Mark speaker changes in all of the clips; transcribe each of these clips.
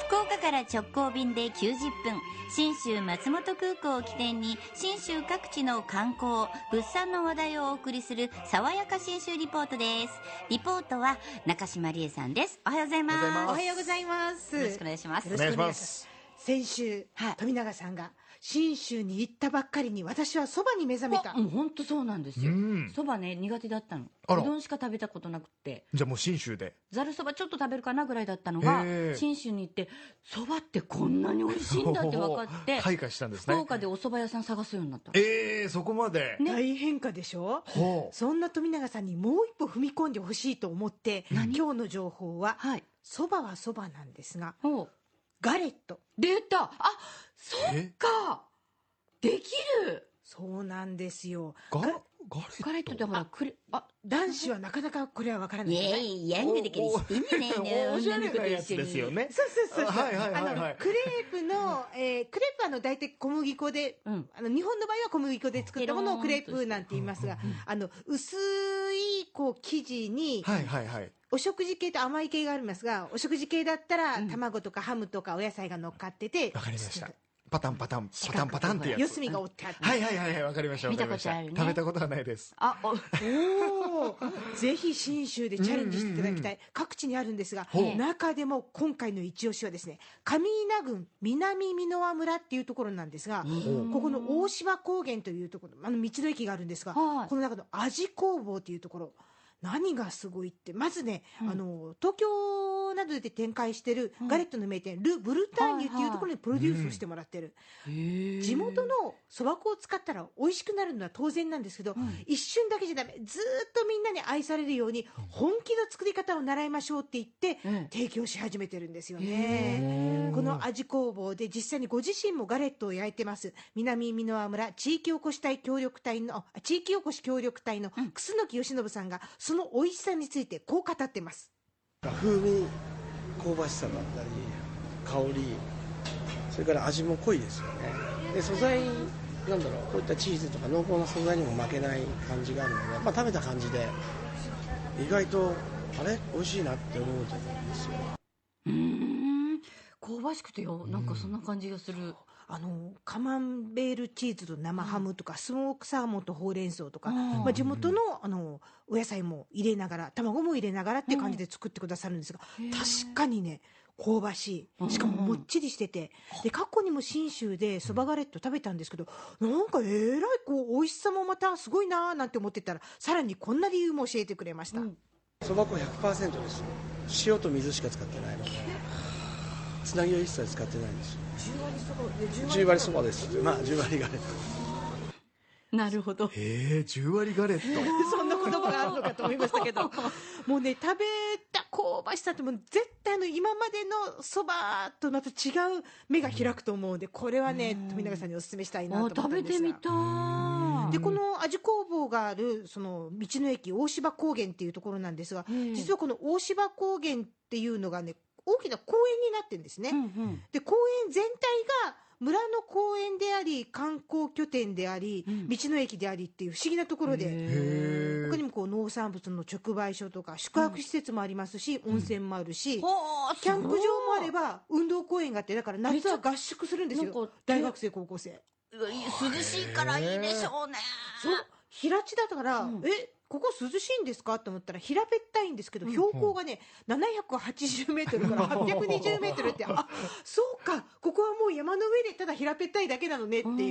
Speaker 1: 福岡から直行便で90分、信州松本空港を起点に信州各地の観光物産の話題をお送りする爽やか信州リポートです。リポートは中島理恵さんです。おはようございます。
Speaker 2: おはようございます。
Speaker 1: よろしくお願いします。
Speaker 2: よろしくお願いします。先週、富永さんが信州に行ったばっかりに私はそばに目覚めた。
Speaker 3: もう本当そうなんですよ。そばね苦手だったの。うどんしか食べたことなくて。
Speaker 4: じゃあもう信州で
Speaker 3: ざるそばちょっと食べるかなぐらいだったのが、信州に行ってそばってこんなに美味しいんだって分かって
Speaker 4: 開花したんですね。
Speaker 3: 福岡でお蕎麦屋さん探すようになった。
Speaker 4: そこまで、
Speaker 2: ね、大変化でしょ。そんな富永さんにもう一歩踏み込んでほしいと思って今日の情報はそば、はそばなんですが、ガレット
Speaker 3: 出た。あ、そっか、できる。
Speaker 2: そうなんですよ。
Speaker 4: ガ
Speaker 3: レットってほら
Speaker 2: 男子はなかなかこれは分からないじゃない。
Speaker 1: ヤングだけど知ってんじゃないの。
Speaker 4: おしゃれなやつですよね。
Speaker 2: そうクレープの、クレープは大体小麦粉で、日本の場合は小麦粉で作ったものをクレープなんて言いますが、薄いこう生地に、お食事系と甘い系がありますが、お食事系だったら卵とかハムとかお野菜が乗っかってて、
Speaker 4: わかりました。パタンってやつ。
Speaker 2: 四隅が折ってあって、
Speaker 4: はいわかりました。
Speaker 3: 見たことあるね。
Speaker 4: 食べたことはないです。
Speaker 2: ぜひ信州でチャレンジしていただきたい。各地にあるんですが、中でも今回の一押しはですね、上伊那郡南箕輪村っていうところなんですが、ここの大芝高原というところ、道の駅があるんですが、この中の味工房というところ、何がすごいって、まずね、東京などで展開してるガレットの名店、ル・ブルターニュっていうところにプロデュースをしてもらってる。地元のそば粉を使ったら美味しくなるのは当然なんですけど、一瞬だけじゃダメ、ずっとみんなに愛されるように本気の作り方を習いましょうって言って提供し始めてるんですよね。この味工房で実際にご自身もガレットを焼いてます南箕輪村地域おこし協力隊の楠木義信さんがその美味しさについてこう語ってます。
Speaker 5: 風味、香ばしさだったり香り、それから味も濃いですよね。で素材、こういったチーズとか濃厚な素材にも負けない感じがあるので、食べた感じで意外と美味しいなって思うと思うんですよ。
Speaker 3: 香ばしくてよ、なんかそんな感じがする。
Speaker 2: カマンベールチーズと生ハムとか、スモークサーモンとほうれん草とか、地元のお野菜も入れながら卵も入れながらっていう感じで作ってくださるんですが、確かにね香ばしい、しかももっちりしてて、で過去にも信州でそばガレット食べたんですけど、なんか美味しさもまたすごいなーなんて思ってたら、さらにこんな理由も教えてくれました。
Speaker 5: そば粉 100% ですよ。塩と水しか使ってないので、つなぎを一切使ってないんですよ。10割そばです。10割ガレット。
Speaker 3: なるほど。
Speaker 4: 10割ガレット
Speaker 2: そんな言葉があるのかと思いましたけどもうね、食べた香ばしさってもう絶対今までのそばとまた違う目が開くと思うんで、これはね富永さんにお勧めしたいなと思ったんですが、
Speaker 3: 食べてみたい。
Speaker 2: でこの味工房があるその道の駅大芝高原っていうところなんですが、実はこの大芝高原っていうのがね大きな公園になってるんですね。で公園全体が村の公園であり観光拠点であり、道の駅でありっていう不思議なところで、他にも農産物の直売所とか宿泊施設もありますし、温泉もあるし、キャンプ場もあれば運動公園があって、だから夏は合宿するんですよ、大学生高校生。
Speaker 1: 涼しいからいいでしょうね。
Speaker 2: そう、平地だから、ここ涼しいんですかと思ったら平べったいんですけど、標高がね780メートルから820メートルって、そうか、ここはもう山の上でただ平べったいだけなのねっていう。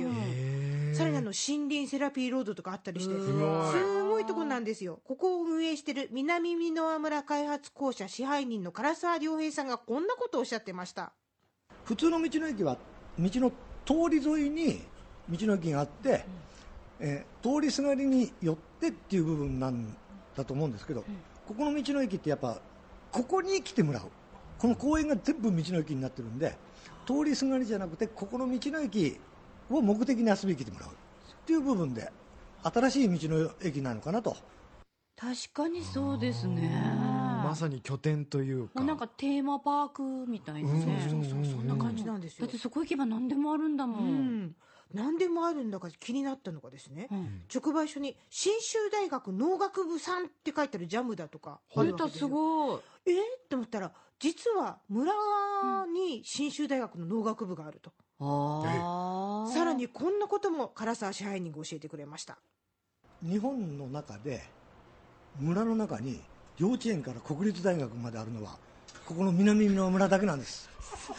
Speaker 2: さらに森林セラピーロードとかあったりして、すごいところなんですよ。ここを運営している南箕輪村開発公社支配人の唐沢良平さんがこんなことをおっしゃってました。
Speaker 6: 普通の道の駅は道の通り沿いに道の駅があって、通りすがりに寄ってっていう部分なんだと思うんですけど、ここの道の駅ってやっぱここに来てもらう、この公園が全部道の駅になってるんで、通りすがりじゃなくてここの道の駅を目的に遊びに来てもらうっていう部分で新しい道の駅なのかなと。
Speaker 3: 確かにそうですね。
Speaker 4: まさに拠点というか、
Speaker 3: なんかテーマパークみたいなね。
Speaker 2: そんな感じなんですよ。
Speaker 3: だってそこ行けば何でもあるんだもん。
Speaker 2: 何でもあるんだか気になったのがですね、直売所に信州大学農学部さんって書いてあるジャムだとかあるわけですよ。
Speaker 3: すごい。
Speaker 2: って思ったら実は村に信州大学の農学部があると、さらにこんなことも唐沢支配人が教えてくれました。
Speaker 6: 日本の中で村の中に幼稚園から国立大学まであるのはここの南美濃村だけなんです。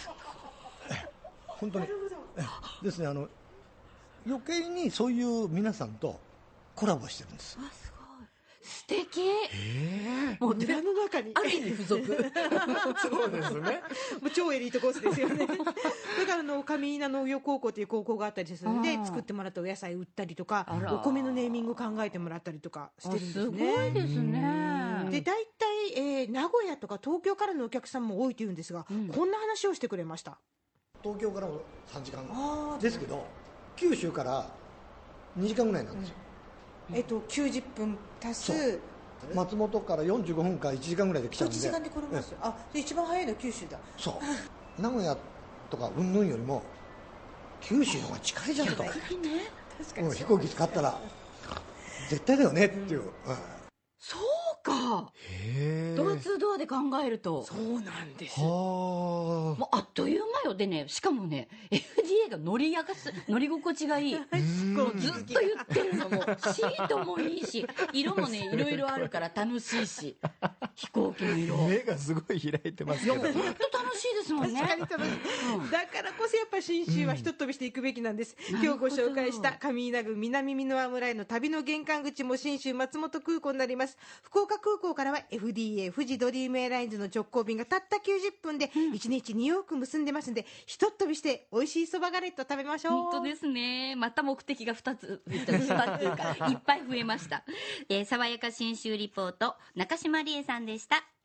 Speaker 6: 本当にですね、余計にそういう皆さんとコラボしてるんです。
Speaker 3: すごい素敵。
Speaker 2: もう村の中に
Speaker 3: ある意味付属
Speaker 4: そうですね。
Speaker 2: もう超エリートコースですよね。だから上稲農業高校という高校があったりするので、作ってもらったお野菜売ったりとか、お米のネーミング考えてもらったりとかしてるんですね。
Speaker 3: すごいですね。
Speaker 2: で大体、名古屋とか東京からのお客さんも多いというんですが、こんな話をしてくれました。
Speaker 6: 東京からも3時間ですけど、九州から2時間ぐらいなんですよ。
Speaker 2: 90分足す
Speaker 6: 松本から45分か1時間ぐらいで来ちゃうんで、
Speaker 2: 1時間で来れます。で一番早いのは九州だ。
Speaker 6: そう名古屋とか云々よりも九州の方が近いじゃんと、
Speaker 2: 確かに
Speaker 6: 飛行機使ったら絶対だよねっていう、
Speaker 3: そうか。ドアツードアで考えると
Speaker 2: そうなんです。
Speaker 3: もうあっという間よ。でね、しかもね FDA が乗り心地がいい。もうずっと言ってるの。もうシートもいいし、色もねいろいろあるから楽しいし、飛行機の色
Speaker 4: 目がすごい開いてますけど。
Speaker 3: 本当楽しいですもんね。
Speaker 2: 確かに楽しい、だからこそやっぱ信州はひとっ飛びしていくべきなんです。今日ご紹介した上稲郡南美濃和村への旅の玄関口も信州松本空港になります。福岡空港からは FDA 富士ドリームエアラインズの直行便がたった90分で1日2往復結んでますんで、ひとっ飛びして美味しいそばガレット食べましょう。
Speaker 3: 本当ですね。また目的が2つっていうかいっぱい増えました。爽やか信州リポート中島理恵さんでした。